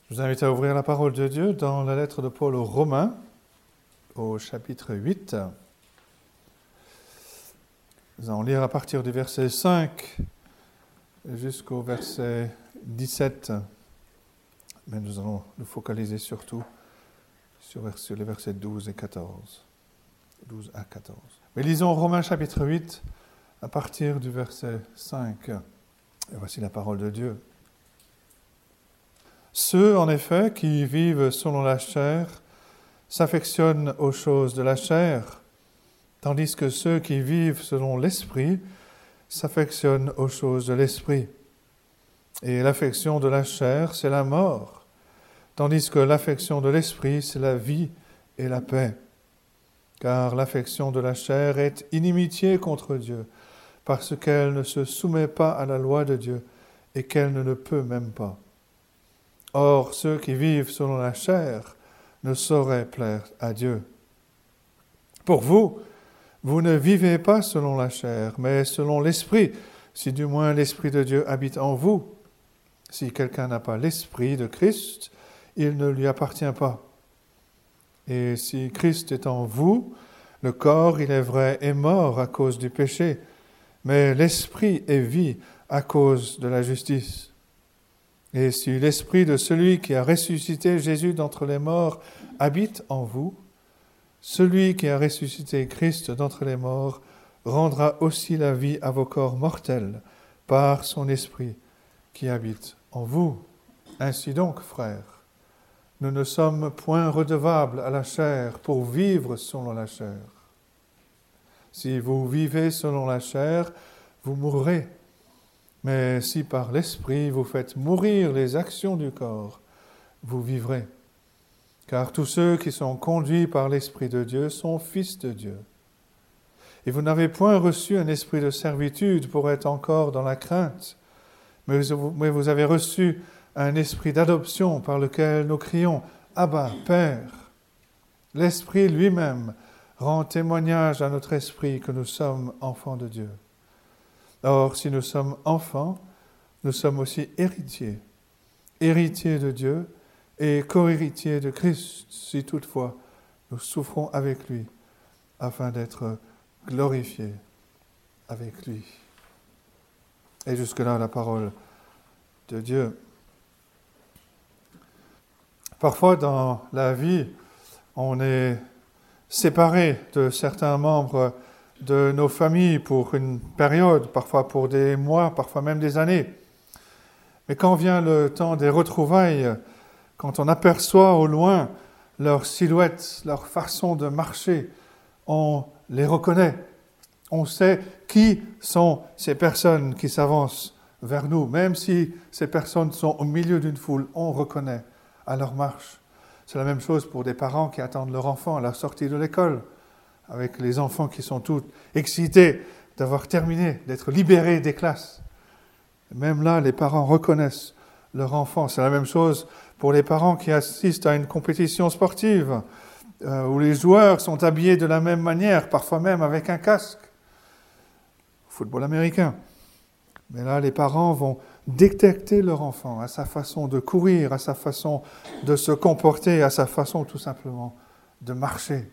Je vous invite à ouvrir la parole de Dieu dans la lettre de Paul aux Romains, au chapitre 8. Nous allons lire à partir du verset 5 jusqu'au verset 17. Mais nous allons nous focaliser surtout sur les versets 12 et 14. 12 à 14. Mais lisons Romains chapitre 8 à partir du verset 5. Et voici la parole de Dieu. Ceux, en effet, qui vivent selon la chair, s'affectionnent aux choses de la chair, tandis que ceux qui vivent selon l'esprit s'affectionnent aux choses de l'esprit. Et l'affection de la chair, c'est la mort, tandis que l'affection de l'esprit, c'est la vie et la paix. Car l'affection de la chair est inimitié contre Dieu, parce qu'elle ne se soumet pas à la loi de Dieu et qu'elle ne le peut même pas. Or, ceux qui vivent selon la chair ne sauraient plaire à Dieu. Pour vous, vous ne vivez pas selon la chair, mais selon l'Esprit, si du moins l'Esprit de Dieu habite en vous. Si quelqu'un n'a pas l'Esprit de Christ, il ne lui appartient pas. Et si Christ est en vous, le corps, il est vrai, est mort à cause du péché, mais l'Esprit est vie à cause de la justice. Et si l'Esprit de celui qui a ressuscité Jésus d'entre les morts habite en vous, celui qui a ressuscité Christ d'entre les morts rendra aussi la vie à vos corps mortels par son Esprit qui habite en vous. Ainsi donc, frères, nous ne sommes point redevables à la chair pour vivre selon la chair. Si vous vivez selon la chair, vous mourrez. Mais si par l'Esprit vous faites mourir les actions du corps, vous vivrez. Car tous ceux qui sont conduits par l'Esprit de Dieu sont fils de Dieu. Et vous n'avez point reçu un esprit de servitude pour être encore dans la crainte, mais vous avez reçu un esprit d'adoption par lequel nous crions « Abba, Père ». L'Esprit lui-même rend témoignage à notre esprit que nous sommes enfants de Dieu. Or, si nous sommes enfants, nous sommes aussi héritiers, héritiers de Dieu et co-héritiers de Christ, si toutefois nous souffrons avec lui, afin d'être glorifiés avec lui. Et jusque-là, la parole de Dieu. Parfois, dans la vie, on est séparé de certains membres de nos familles pour une période, parfois pour des mois, parfois même des années. Mais quand vient le temps des retrouvailles, quand on aperçoit au loin leur silhouette, leur façon de marcher, on les reconnaît. On sait qui sont ces personnes qui s'avancent vers nous. Même si ces personnes sont au milieu d'une foule, on reconnaît à leur marche. C'est la même chose pour des parents qui attendent leur enfant à la sortie de l'école, avec les enfants qui sont tous excités d'avoir terminé, d'être libérés des classes. Même là, les parents reconnaissent leur enfant. C'est la même chose pour les parents qui assistent à une compétition sportive, où les joueurs sont habillés de la même manière, parfois même avec un casque. Football américain. Mais là, les parents vont détecter leur enfant à sa façon de courir, à sa façon de se comporter, à sa façon tout simplement de marcher.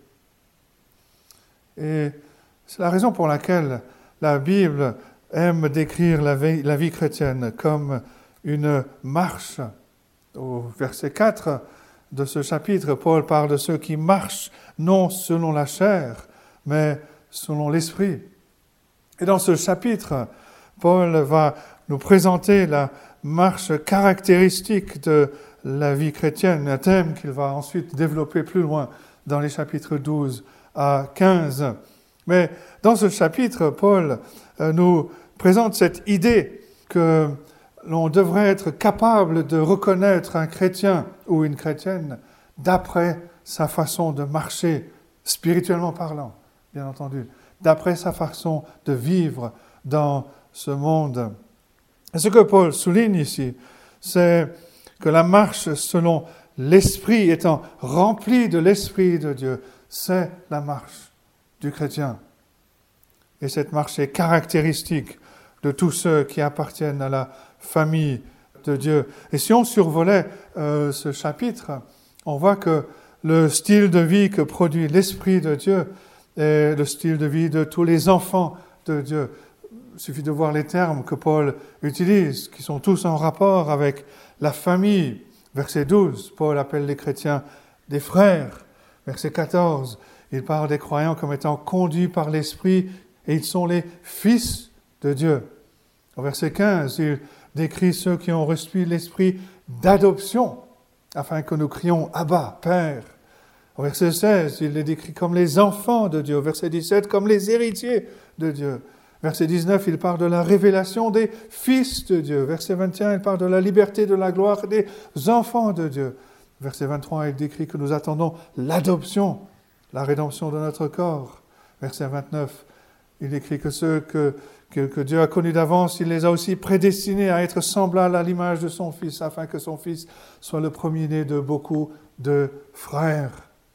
Et c'est la raison pour laquelle la Bible aime décrire la vie chrétienne comme une marche. Au verset 4 de ce chapitre, Paul parle de ceux qui marchent non selon la chair, mais selon l'esprit. Et dans ce chapitre, Paul va nous présenter la marche caractéristique de la vie chrétienne, un thème qu'il va ensuite développer plus loin dans les chapitres 12 à 15. Mais dans ce chapitre, Paul nous présente cette idée que l'on devrait être capable de reconnaître un chrétien ou une chrétienne d'après sa façon de marcher, spirituellement parlant, bien entendu, d'après sa façon de vivre dans ce monde. Et ce que Paul souligne ici, c'est que la marche selon l'Esprit, étant remplie de l'Esprit de Dieu, c'est la marche du chrétien. Et cette marche est caractéristique de tous ceux qui appartiennent à la famille de Dieu. Et si on survolait ce chapitre, on voit que le style de vie que produit l'Esprit de Dieu est le style de vie de tous les enfants de Dieu. Il suffit de voir les termes que Paul utilise, qui sont tous en rapport avec la famille. Verset 12, Paul appelle les chrétiens des frères. Verset 14, il parle des croyants comme étant conduits par l'Esprit et ils sont les fils de Dieu. Au verset 15, il décrit ceux qui ont reçu l'Esprit d'adoption, afin que nous crions « Abba, Père ». Au verset 16, il les décrit comme les enfants de Dieu. Au verset 17, comme les héritiers de Dieu. Verset 19, il parle de la révélation des fils de Dieu. Verset 21, il parle de la liberté, de la gloire des enfants de Dieu. Verset 23, il décrit que nous attendons l'adoption, la rédemption de notre corps. Verset 29, il décrit que ceux que Dieu a connus d'avance, il les a aussi prédestinés à être semblables à l'image de son Fils, afin que son Fils soit le premier-né de beaucoup de frères.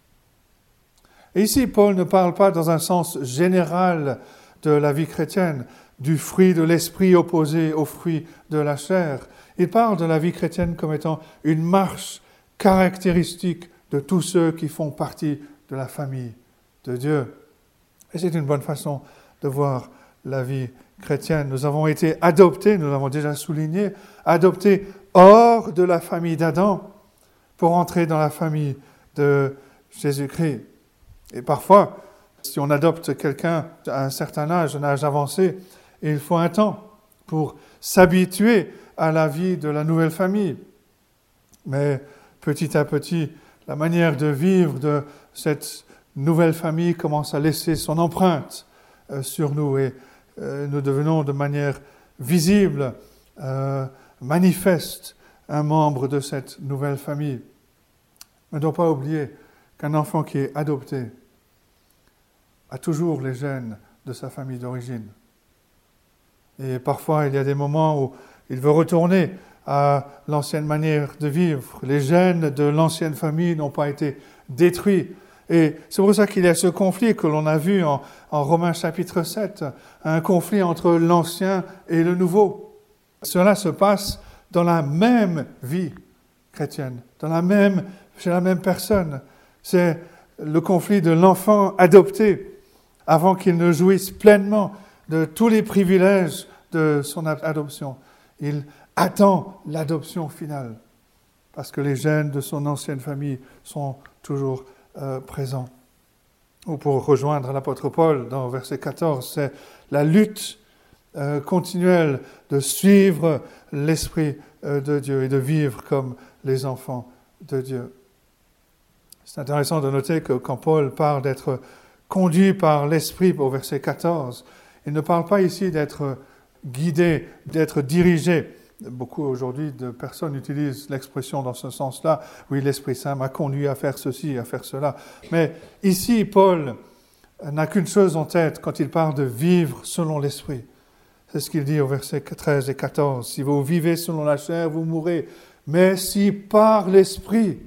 Et ici, Paul ne parle pas dans un sens général de la vie chrétienne, du fruit de l'esprit opposé au fruit de la chair. Il parle de la vie chrétienne comme étant une marche caractéristique de tous ceux qui font partie de la famille de Dieu. Et c'est une bonne façon de voir la vie chrétienne. Nous avons été adoptés, nous l'avons déjà souligné, adoptés hors de la famille d'Adam pour entrer dans la famille de Jésus-Christ. Et parfois, si on adopte quelqu'un à un certain âge, un âge avancé, il faut un temps pour s'habituer à la vie de la nouvelle famille. Mais petit à petit, la manière de vivre de cette nouvelle famille commence à laisser son empreinte sur nous et nous devenons de manière visible, manifeste, un membre de cette nouvelle famille. On ne doit pas oublier qu'un enfant qui est adopté a toujours les gènes de sa famille d'origine. Et parfois, il y a des moments où il veut retourner à l'ancienne manière de vivre. Les gènes de l'ancienne famille n'ont pas été détruits. Et c'est pour ça qu'il y a ce conflit que l'on a vu en Romains chapitre 7, un conflit entre l'ancien et le nouveau. Cela se passe dans la même vie chrétienne, chez la même personne. C'est le conflit de l'enfant adopté avant qu'il ne jouisse pleinement de tous les privilèges de son adoption. Il attend l'adoption finale parce que les gènes de son ancienne famille sont toujours présents. Ou pour rejoindre l'apôtre Paul dans verset 14, c'est la lutte continuelle de suivre l'Esprit de Dieu et de vivre comme les enfants de Dieu. C'est intéressant de noter que quand Paul parle d'être conduit par l'Esprit au verset 14, il ne parle pas ici d'être guidé, d'être dirigé. Beaucoup aujourd'hui de personnes utilisent l'expression dans ce sens-là. Oui, l'Esprit Saint m'a conduit à faire ceci, à faire cela. Mais ici, Paul n'a qu'une chose en tête quand il parle de vivre selon l'Esprit. C'est ce qu'il dit au verset 13 et 14. Si vous vivez selon la chair, vous mourrez. Mais si par l'Esprit,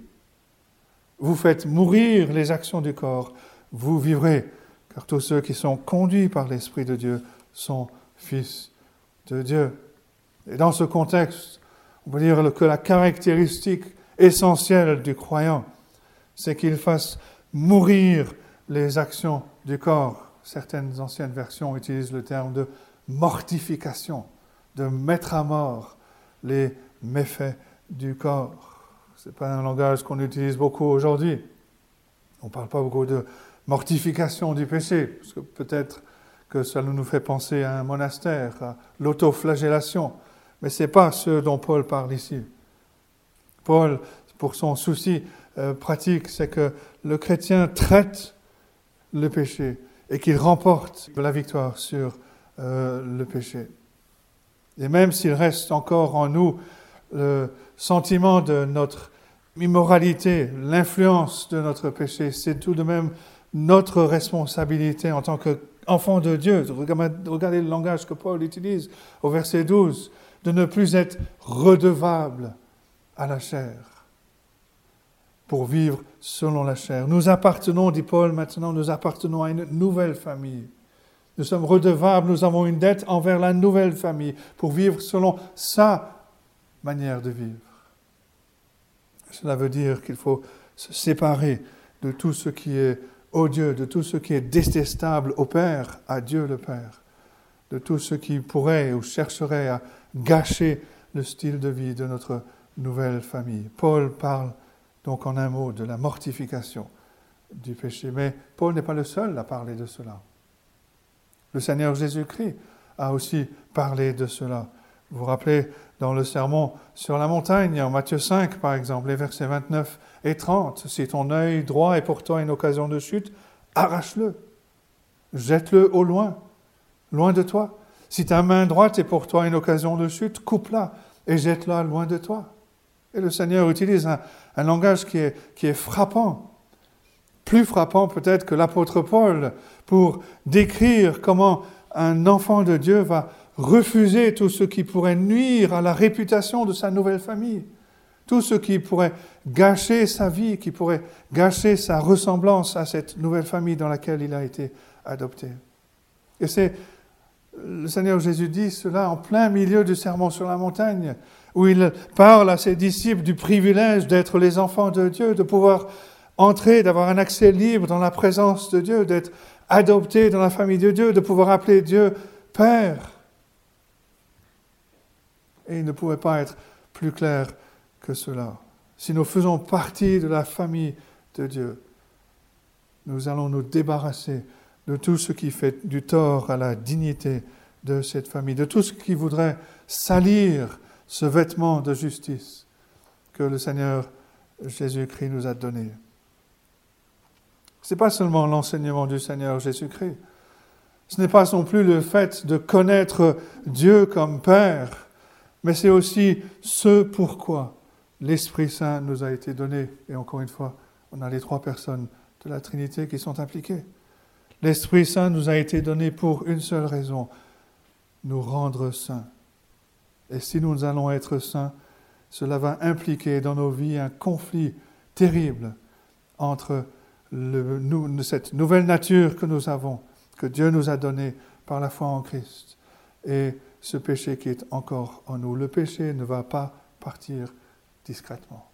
vous faites mourir les actions du corps, vous vivrez, car tous ceux qui sont conduits par l'Esprit de Dieu sont fils de Dieu. Et dans ce contexte, on peut dire que la caractéristique essentielle du croyant, c'est qu'il fasse mourir les actions du corps. Certaines anciennes versions utilisent le terme de mortification, de mettre à mort les méfaits du corps. Ce n'est pas un langage qu'on utilise beaucoup aujourd'hui. On ne parle pas beaucoup de mortification du péché, parce que peut-être que ça nous fait penser à un monastère, à l'autoflagellation. Mais ce n'est pas ce dont Paul parle ici. Paul, pour son souci pratique, c'est que le chrétien traite le péché et qu'il remporte la victoire sur le péché. Et même s'il reste encore en nous le sentiment de notre immoralité, l'influence de notre péché, c'est tout de même notre responsabilité en tant qu'enfant de Dieu. Regardez le langage que Paul utilise au verset 12, de ne plus être redevable à la chair pour vivre selon la chair. Nous appartenons, dit Paul maintenant, nous appartenons à une nouvelle famille. Nous sommes redevables, nous avons une dette envers la nouvelle famille pour vivre selon sa manière de vivre. Cela veut dire qu'il faut se séparer de tout ce qui est odieux, de tout ce qui est détestable au Père, à Dieu le Père, de tout ce qui pourrait ou chercherait à gâcher le style de vie de notre nouvelle famille. Paul parle donc en un mot de la mortification du péché, mais Paul n'est pas le seul à parler de cela. Le Seigneur Jésus-Christ a aussi parlé de cela. Vous vous rappelez dans le sermon sur la montagne, en Matthieu 5 par exemple, les versets 29 et 30, « Si ton œil droit est pour toi une occasion de chute, arrache-le, jette-le au loin, loin de toi. Si ta main droite est pour toi une occasion de chute, coupe-la et jette-la loin de toi. » Et le Seigneur utilise un langage qui est frappant, plus frappant peut-être que l'apôtre Paul, pour décrire comment un enfant de Dieu va refuser tout ce qui pourrait nuire à la réputation de sa nouvelle famille, tout ce qui pourrait gâcher sa vie, qui pourrait gâcher sa ressemblance à cette nouvelle famille dans laquelle il a été adopté. Et c'est le Seigneur Jésus dit cela en plein milieu du sermon sur la montagne, où il parle à ses disciples du privilège d'être les enfants de Dieu, de pouvoir entrer, d'avoir un accès libre dans la présence de Dieu, d'être adopté dans la famille de Dieu, de pouvoir appeler Dieu Père. Et il ne pouvait pas être plus clair que cela. Si nous faisons partie de la famille de Dieu, nous allons nous débarrasser de tout ce qui fait du tort à la dignité de cette famille, de tout ce qui voudrait salir ce vêtement de justice que le Seigneur Jésus-Christ nous a donné. Ce n'est pas seulement l'enseignement du Seigneur Jésus-Christ. Ce n'est pas non plus le fait de connaître Dieu comme Père, mais c'est aussi ce pourquoi l'Esprit Saint nous a été donné. Et encore une fois, on a les trois personnes de la Trinité qui sont impliquées. L'Esprit Saint nous a été donné pour une seule raison, nous rendre saints. Et si nous allons être saints, cela va impliquer dans nos vies un conflit terrible entre cette nouvelle nature que nous avons, que Dieu nous a donnée par la foi en Christ, et ce péché qui est encore en nous. Le péché ne va pas partir discrètement.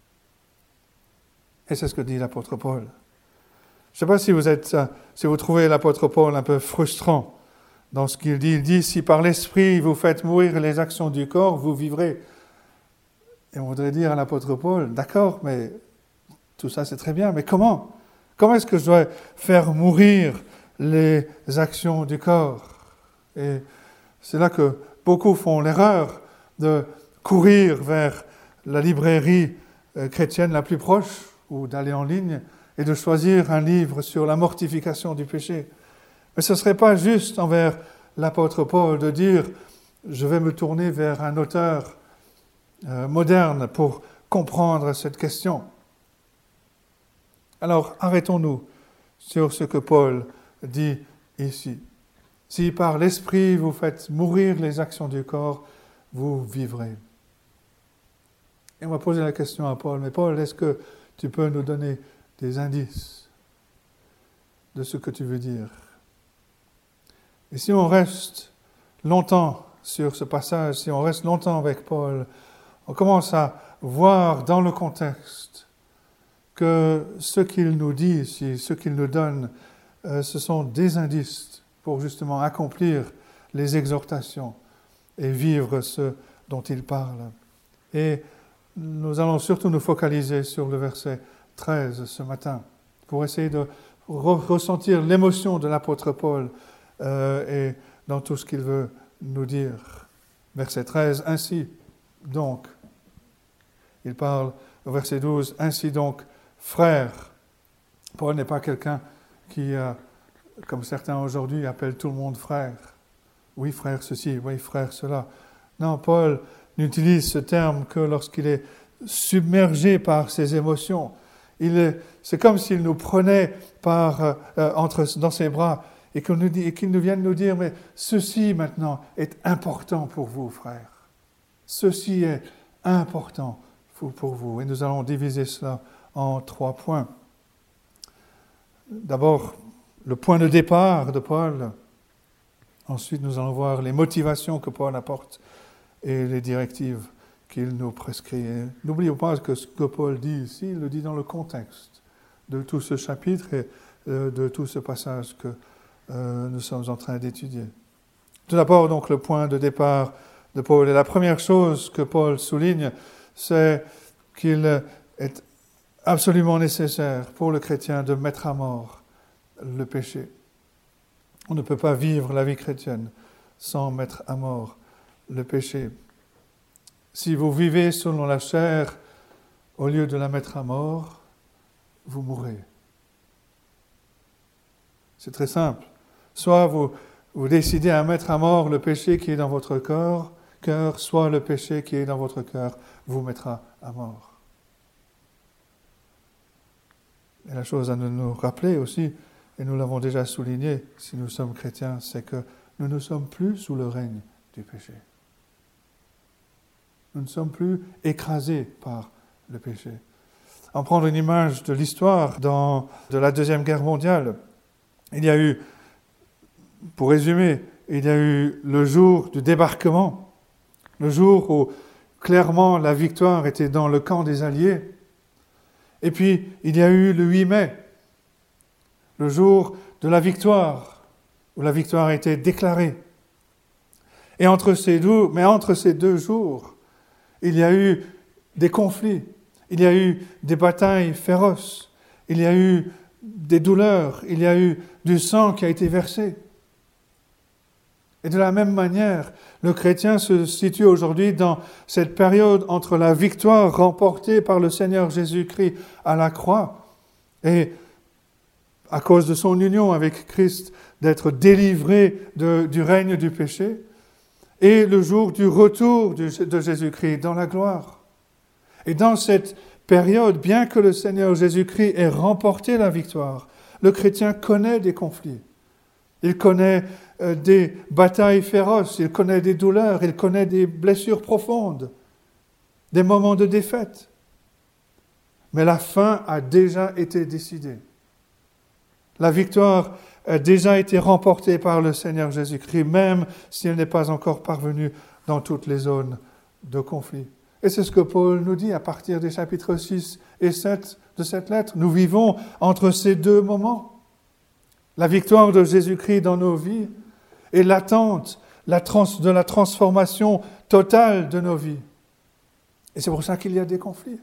Et c'est ce que dit l'apôtre Paul. Je ne sais pas si vous trouvez l'apôtre Paul un peu frustrant dans ce qu'il dit. Il dit, si par l'esprit vous faites mourir les actions du corps, vous vivrez. Et on voudrait dire à l'apôtre Paul, d'accord, mais tout ça c'est très bien, mais comment ? Comment est-ce que je dois faire mourir les actions du corps ? Et c'est là que beaucoup font l'erreur de courir vers la librairie chrétienne la plus proche ou d'aller en ligne et de choisir un livre sur la mortification du péché. Mais ce ne serait pas juste envers l'apôtre Paul de dire « je vais me tourner vers un auteur moderne pour comprendre cette question ». Alors arrêtons-nous sur ce que Paul dit ici. Si par l'esprit vous faites mourir les actions du corps, vous vivrez. Et on va poser la question à Paul, mais Paul, est-ce que tu peux nous donner des indices de ce que tu veux dire? Et si on reste longtemps sur ce passage, si on reste longtemps avec Paul, on commence à voir dans le contexte que ce qu'il nous dit ici, ce qu'il nous donne, ce sont des indices pour justement accomplir les exhortations et vivre ce dont il parle. Et nous allons surtout nous focaliser sur le verset 13 ce matin, pour essayer de ressentir l'émotion de l'apôtre Paul et dans tout ce qu'il veut nous dire. Verset 13, ainsi donc, il parle au verset 12, ainsi donc, frères. Paul n'est pas quelqu'un qui, comme certains aujourd'hui, appellent tout le monde frère. Oui, frère ceci, oui, frère cela. Non, Paul n'utilise ce terme que lorsqu'il est submergé par ses émotions. C'est comme s'il nous prenait dans ses bras et qu'il nous vienne nous dire, mais ceci maintenant est important pour vous, frères. Ceci est important pour vous. Et nous allons diviser cela en 3 points. D'abord, le point de départ de Paul. Ensuite, nous allons voir les motivations que Paul apporte et les directives qu'il nous prescrit. Et n'oublions pas que ce que Paul dit ici, il le dit dans le contexte de tout ce chapitre et de tout ce passage que nous sommes en train d'étudier. Tout d'abord, donc, le point de départ de Paul. Et la première chose que Paul souligne, c'est qu'il est absolument nécessaire pour le chrétien de mettre à mort le péché. On ne peut pas vivre la vie chrétienne sans mettre à mort le péché. Si vous vivez selon la chair, au lieu de la mettre à mort, vous mourrez. C'est très simple. Soit vous décidez à mettre à mort le péché qui est dans votre cœur, soit le péché qui est dans votre cœur vous mettra à mort. Et la chose à nous rappeler aussi, et nous l'avons déjà souligné si nous sommes chrétiens, c'est que nous ne sommes plus sous le règne du péché. Nous ne sommes plus écrasés par le péché. En prendre une image de l'histoire de la Deuxième Guerre mondiale, il y a eu, pour résumer, il y a eu le jour du débarquement, le jour où clairement la victoire était dans le camp des Alliés. Et puis, il y a eu le 8 mai, le jour de la victoire, où la victoire a été déclarée. Et entre ces deux jours, il y a eu des conflits, il y a eu des batailles féroces, il y a eu des douleurs, il y a eu du sang qui a été versé. Et de la même manière, le chrétien se situe aujourd'hui dans cette période entre la victoire remportée par le Seigneur Jésus-Christ à la croix et à cause de son union avec Christ, d'être délivré du règne du péché, et le jour du retour de Jésus-Christ dans la gloire. Et dans cette période, bien que le Seigneur Jésus-Christ ait remporté la victoire, le chrétien connaît des conflits. Il connaît des batailles féroces, il connaît des douleurs, il connaît des blessures profondes, des moments de défaite. Mais la fin a déjà été décidée. La victoire a déjà été remportée par le Seigneur Jésus-Christ, même si elle n'est pas encore parvenue dans toutes les zones de conflit. Et c'est ce que Paul nous dit à partir des chapitres 6 et 7 de cette lettre. Nous vivons entre ces deux moments. La victoire de Jésus-Christ dans nos vies et l'attente de la transformation totale de nos vies. Et c'est pour ça qu'il y a des conflits.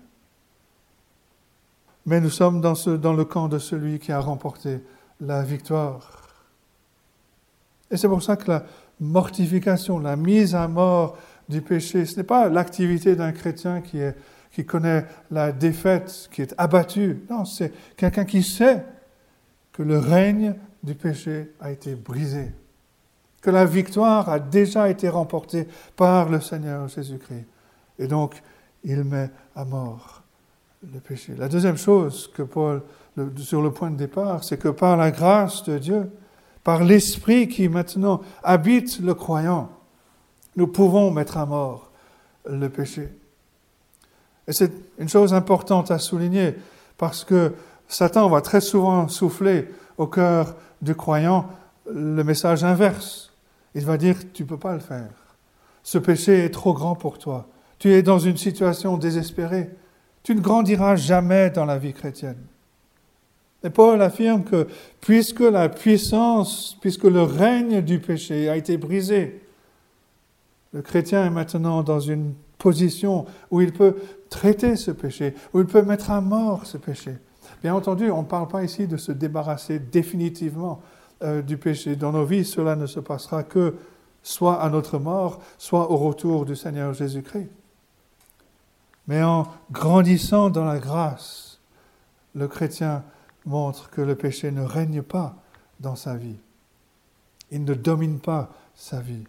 Mais nous sommes dans le camp de celui qui a remporté la victoire. Et c'est pour ça que la mortification, la mise à mort du péché, ce n'est pas l'activité d'un chrétien qui connaît la défaite, qui est abattu. Non, c'est quelqu'un qui sait que le règne du péché a été brisé, que la victoire a déjà été remportée par le Seigneur Jésus-Christ. Et donc, il met à mort le péché. La deuxième chose que Paul, sur le point de départ, c'est que par la grâce de Dieu, par l'Esprit qui maintenant habite le croyant, nous pouvons mettre à mort le péché. Et c'est une chose importante à souligner, parce que Satan va très souvent souffler au cœur du croyant le message inverse. Il va dire, tu ne peux pas le faire. Ce péché est trop grand pour toi. Tu es dans une situation désespérée. Tu ne grandiras jamais dans la vie chrétienne. Et Paul affirme que puisque le règne du péché a été brisé, le chrétien est maintenant dans une position où il peut traiter ce péché, où il peut mettre à mort ce péché. Bien entendu, on ne parle pas ici de se débarrasser définitivement du péché. Dans nos vies, cela ne se passera que soit à notre mort, soit au retour du Seigneur Jésus-Christ. Mais en grandissant dans la grâce, le chrétien montre que le péché ne règne pas dans sa vie. Il ne domine pas sa vie.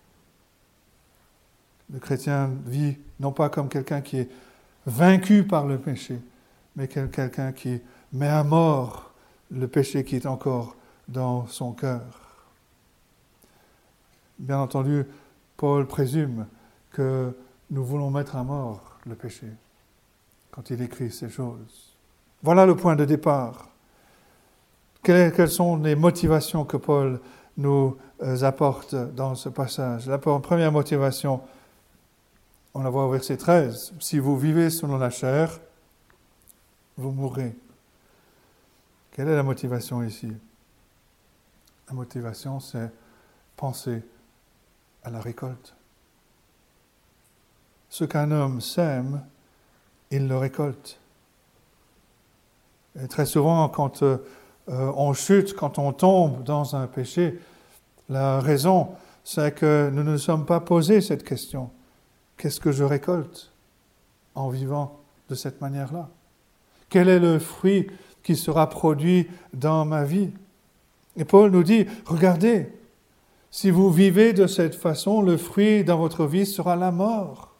Le chrétien vit non pas comme quelqu'un qui est vaincu par le péché, mais quelqu'un qui met à mort le péché qui est encore dans son cœur. Bien entendu, Paul présume que nous voulons mettre à mort le péché quand il écrit ces choses. Voilà le point de départ. Quelles sont les motivations que Paul nous apporte dans ce passage? La première motivation, On la voit au verset 13. Si vous vivez selon la chair, vous mourrez. Quelle est la motivation ici? La motivation, c'est penser à la récolte. Ce qu'un homme sème, il le récolte. Et très souvent, quand on chute, quand on tombe dans un péché, la raison, c'est que nous ne nous sommes pas posé cette question. Qu'est-ce que je récolte en vivant de cette manière-là? Quel est le fruit qui sera produit dans ma vie? Et Paul nous dit, regardez, si vous vivez de cette façon, le fruit dans votre vie sera la mort.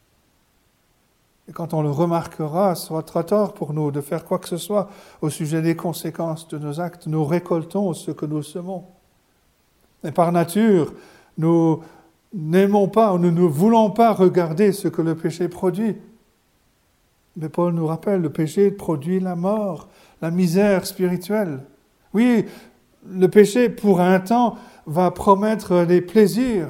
Et quand on le remarquera, ce sera trop tard pour nous de faire quoi que ce soit au sujet des conséquences de nos actes. Nous récoltons ce que nous semons. Et par nature, nous n'aimons pas, ou nous ne voulons pas regarder ce que le péché produit. Mais Paul nous rappelle, le péché produit la mort, la misère spirituelle. Oui, le péché, pour un temps, va promettre des plaisirs.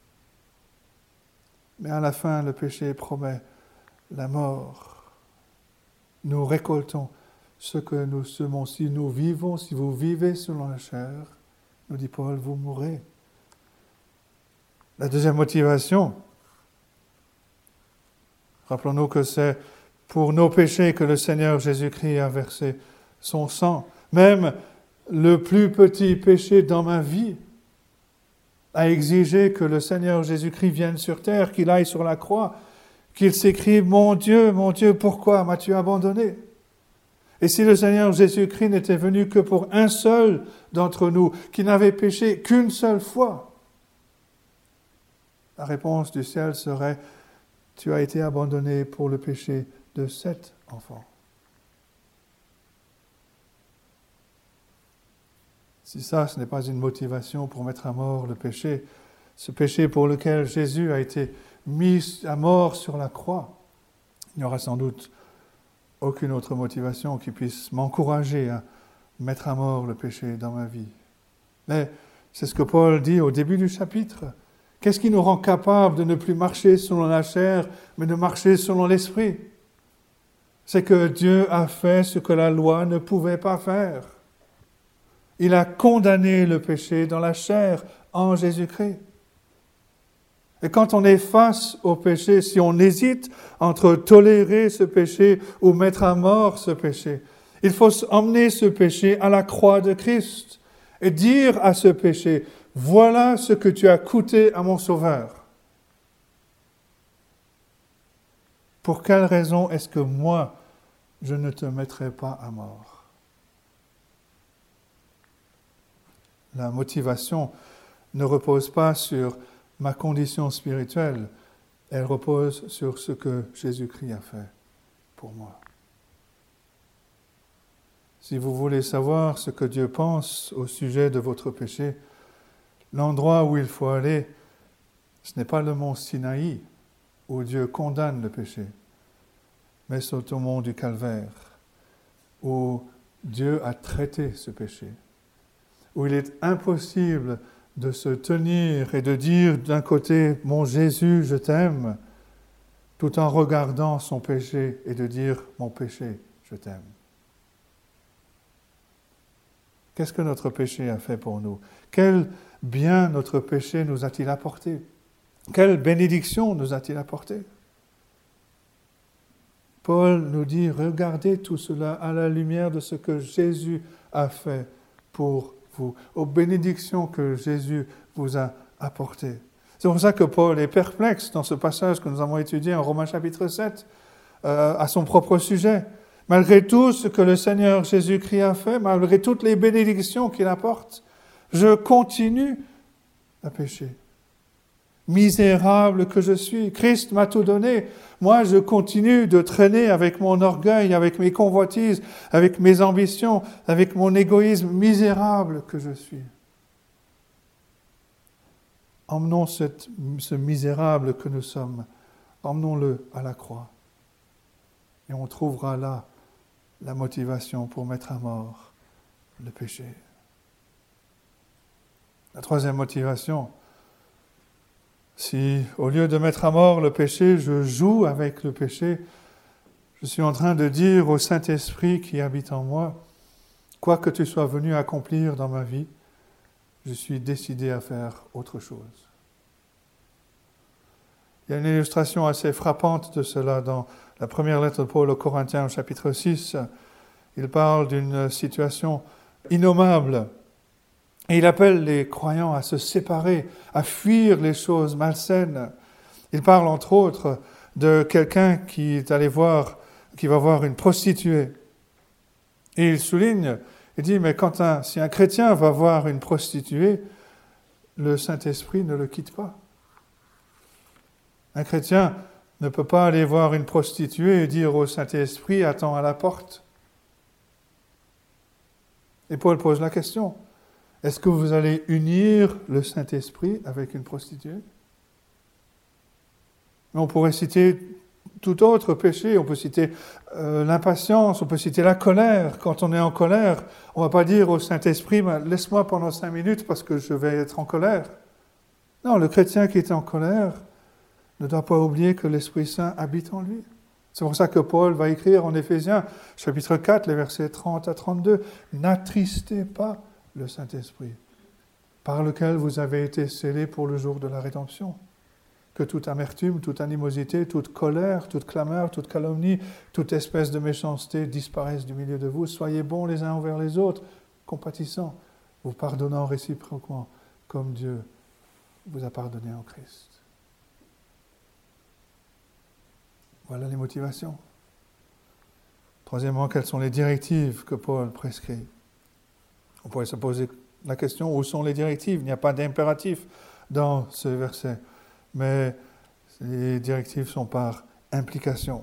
Mais à la fin, le péché promet la mort. Nous récoltons ce que nous semons. Si nous vivons, si vous vivez selon la chair, nous dit Paul, vous mourrez. La deuxième motivation, rappelons-nous que c'est pour nos péchés que le Seigneur Jésus-Christ a versé son sang. Même le plus petit péché dans ma vie a exigé que le Seigneur Jésus-Christ vienne sur terre, qu'il aille sur la croix, qu'il s'écrie « Mon Dieu, pourquoi m'as-tu abandonné ?» Et si le Seigneur Jésus-Christ n'était venu que pour un seul d'entre nous, qui n'avait péché qu'une seule fois, la réponse du ciel serait « Tu as été abandonné pour le péché de 7 enfants. » Si ça, ce n'est pas une motivation pour mettre à mort le péché, ce péché pour lequel Jésus a été mis à mort sur la croix, il n'y aura sans doute aucune autre motivation qui puisse m'encourager à mettre à mort le péché dans ma vie. Mais c'est ce que Paul dit au début du chapitre. Qu'est-ce qui nous rend capables de ne plus marcher selon la chair, mais de marcher selon l'esprit? C'est que Dieu a fait ce que la loi ne pouvait pas faire. Il a condamné le péché dans la chair en Jésus-Christ. Et quand on est face au péché, si on hésite entre tolérer ce péché ou mettre à mort ce péché, il faut emmener ce péché à la croix de Christ et dire à ce péché, voilà ce que tu as coûté à mon Sauveur. Pour quelle raison est-ce que moi, je ne te mettrai pas à mort? La motivation ne repose pas sur ma condition spirituelle, elle repose sur ce que Jésus-Christ a fait pour moi. Si vous voulez savoir ce que Dieu pense au sujet de votre péché, l'endroit où il faut aller, ce n'est pas le mont Sinaï, où Dieu condamne le péché, mais c'est au mont du Calvaire, où Dieu a traité ce péché, où il est impossible de se tenir et de dire d'un côté « Mon Jésus, je t'aime », tout en regardant son péché et de dire « Mon péché, je t'aime ». Qu'est-ce que notre péché a fait pour nous? Quel bien notre péché nous a-t-il apporté? Quelle bénédiction nous a-t-il apporté? Paul nous dit, regardez tout cela à la lumière de ce que Jésus a fait pour vous, aux bénédictions que Jésus vous a apportées. C'est pour ça que Paul est perplexe dans ce passage que nous avons étudié en Romains chapitre 7, à son propre sujet. Malgré tout ce que le Seigneur Jésus-Christ a fait, malgré toutes les bénédictions qu'il apporte, je continue à pécher. Misérable que je suis, Christ m'a tout donné. Moi, je continue de traîner avec mon orgueil, avec mes convoitises, avec mes ambitions, avec mon égoïsme misérable que je suis. Emmenons ce misérable que nous sommes, emmenons-le à la croix. Et on trouvera là la motivation pour mettre à mort le péché. La troisième motivation, Si au lieu de mettre à mort le péché, je joue avec le péché, je suis en train de dire au Saint-Esprit qui habite en moi, quoi que tu sois venu accomplir dans ma vie, je suis décidé à faire autre chose. Il y a une illustration assez frappante de cela dans la première lettre de Paul aux Corinthiens, au chapitre 6. Il parle d'une situation innommable. Et il appelle les croyants à se séparer, à fuir les choses malsaines. Il parle entre autres de quelqu'un qui va voir une prostituée. Et il souligne, il dit, mais si un chrétien va voir une prostituée, le Saint-Esprit ne le quitte pas. Un chrétien ne peut pas aller voir une prostituée et dire au Saint-Esprit, attends à la porte. Et Paul pose la question, est-ce que vous allez unir le Saint-Esprit avec une prostituée? Mais on pourrait citer tout autre péché, on peut citer l'impatience, on peut citer la colère. Quand on est en colère, on ne va pas dire au Saint-Esprit, laisse-moi pendant 5 minutes parce que je vais être en colère. Non, le chrétien qui est en colère ne doit pas oublier que l'Esprit Saint habite en lui. C'est pour ça que Paul va écrire en Éphésiens, chapitre 4, les versets 30 à 32, « N'attristez pas le Saint-Esprit, par lequel vous avez été scellés pour le jour de la rédemption. Que toute amertume, toute animosité, toute colère, toute clameur, toute calomnie, toute espèce de méchanceté disparaissent du milieu de vous. Soyez bons les uns envers les autres, compatissants, vous pardonnant réciproquement, comme Dieu vous a pardonné en Christ. » Voilà les motivations. Troisièmement, quelles sont les directives que Paul prescrit? On pourrait se poser la question, où sont les directives? Il n'y a pas d'impératif dans ce verset, mais les directives sont par implication.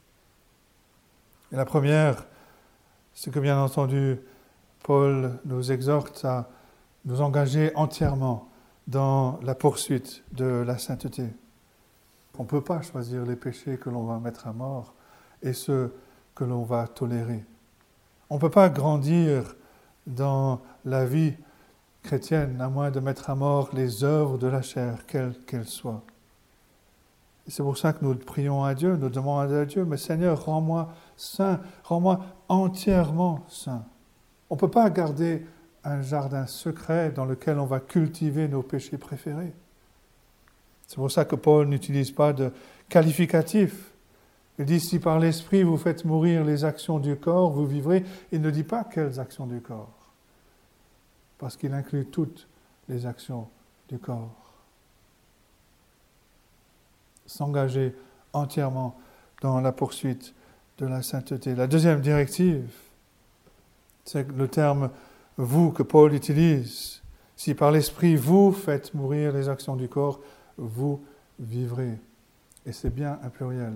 Et la première, c'est que bien entendu, Paul nous exhorte à nous engager entièrement dans la poursuite de la sainteté. On ne peut pas choisir les péchés que l'on va mettre à mort et ceux que l'on va tolérer. On ne peut pas grandir dans la vie chrétienne à moins de mettre à mort les œuvres de la chair, quelles qu'elles soient. Et c'est pour ça que nous prions à Dieu, nous demandons à Dieu, mais Seigneur, rends-moi saint, rends-moi entièrement saint. On ne peut pas garder un jardin secret dans lequel on va cultiver nos péchés préférés. C'est pour ça que Paul n'utilise pas de qualificatif. Il dit, si par l'Esprit vous faites mourir les actions du corps, vous vivrez. Il ne dit pas quelles actions du corps, parce qu'il inclut toutes les actions du corps. S'engager entièrement dans la poursuite de la sainteté. La deuxième directive, c'est le terme « vous » que Paul utilise. Si par l'Esprit vous faites mourir les actions du corps, vous vivrez. Et c'est bien un pluriel.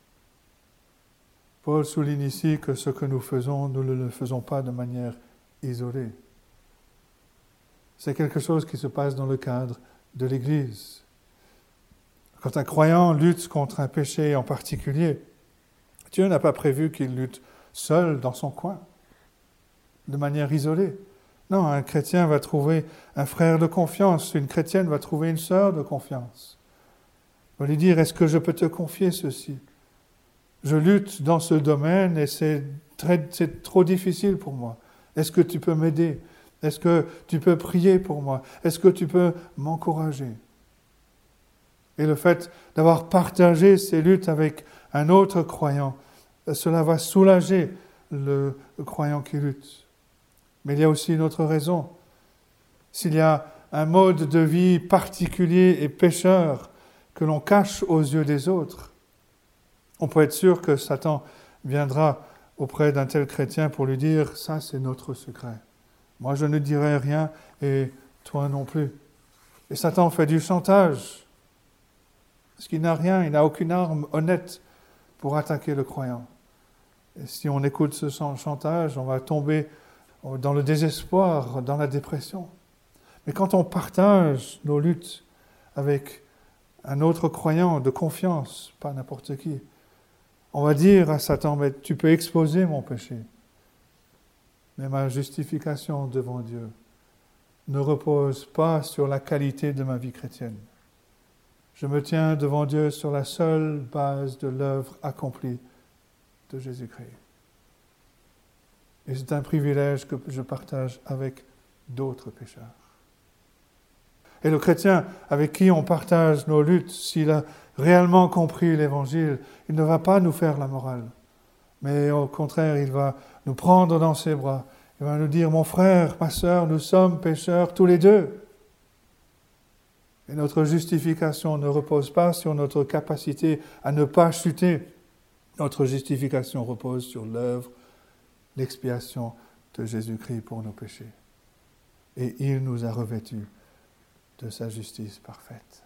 Paul souligne ici que ce que nous faisons, nous ne le faisons pas de manière isolée. C'est quelque chose qui se passe dans le cadre de l'Église. Quand un croyant lutte contre un péché en particulier, Dieu n'a pas prévu qu'il lutte seul dans son coin, de manière isolée. Non, un chrétien va trouver un frère de confiance, une chrétienne va trouver une sœur de confiance. On va lui dire, est-ce que je peux te confier ceci? Je lutte dans ce domaine et c'est trop difficile pour moi. Est-ce que tu peux m'aider? Est-ce que tu peux prier pour moi? Est-ce que tu peux m'encourager? Et le fait d'avoir partagé ces luttes avec un autre croyant, cela va soulager le croyant qui lutte. Mais il y a aussi une autre raison. S'il y a un mode de vie particulier et pécheur que l'on cache aux yeux des autres, on peut être sûr que Satan viendra auprès d'un tel chrétien pour lui dire « ça c'est notre secret. Moi je ne dirai rien et toi non plus. » Et Satan fait du chantage. Parce qu'il n'a rien, il n'a aucune arme honnête pour attaquer le croyant. Et si on écoute ce chantage, on va tomber dans le désespoir, dans la dépression. Mais quand on partage nos luttes avec un autre croyant de confiance, pas n'importe qui, on va dire à Satan, mais tu peux exposer mon péché. Mais ma justification devant Dieu ne repose pas sur la qualité de ma vie chrétienne. Je me tiens devant Dieu sur la seule base de l'œuvre accomplie de Jésus-Christ. Et c'est un privilège que je partage avec d'autres pécheurs. Et le chrétien avec qui on partage nos luttes, s'il a réellement compris l'Évangile, il ne va pas nous faire la morale. Mais au contraire, il va nous prendre dans ses bras. Il va nous dire, mon frère, ma sœur, nous sommes pécheurs tous les deux. Et notre justification ne repose pas sur notre capacité à ne pas chuter. Notre justification repose sur l'œuvre, l'expiation de Jésus-Christ pour nos péchés. Et il nous a revêtus de sa justice parfaite.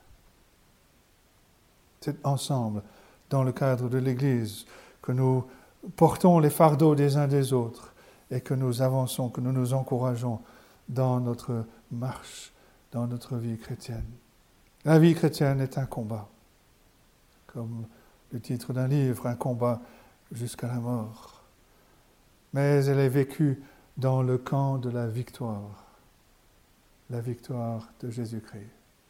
C'est ensemble, dans le cadre de l'Église, que nous portons les fardeaux des uns des autres et que nous avançons, que nous nous encourageons dans notre marche, dans notre vie chrétienne. La vie chrétienne est un combat, comme le titre d'un livre, un combat jusqu'à la mort. Mais elle est vécue dans le camp de la victoire de Jésus-Christ.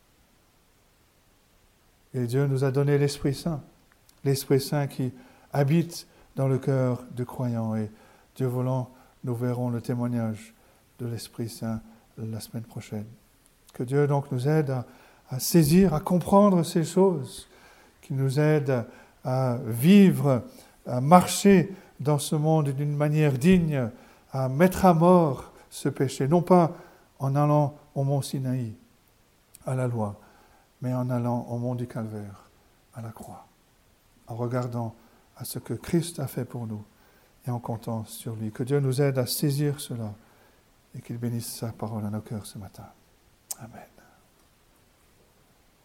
Et Dieu nous a donné l'Esprit Saint qui habite dans le cœur du croyant. Et Dieu voulant, nous verrons le témoignage de l'Esprit Saint la semaine prochaine. Que Dieu donc nous aide à saisir, à comprendre ces choses, qui nous aident à vivre, à marcher dans ce monde d'une manière digne, à mettre à mort ce péché, non pas en allant au mont Sinaï, à la loi, mais en allant au mont du Calvaire, à la croix, en regardant à ce que Christ a fait pour nous et en comptant sur lui. Que Dieu nous aide à saisir cela et qu'il bénisse sa parole à nos cœurs ce matin. Amen.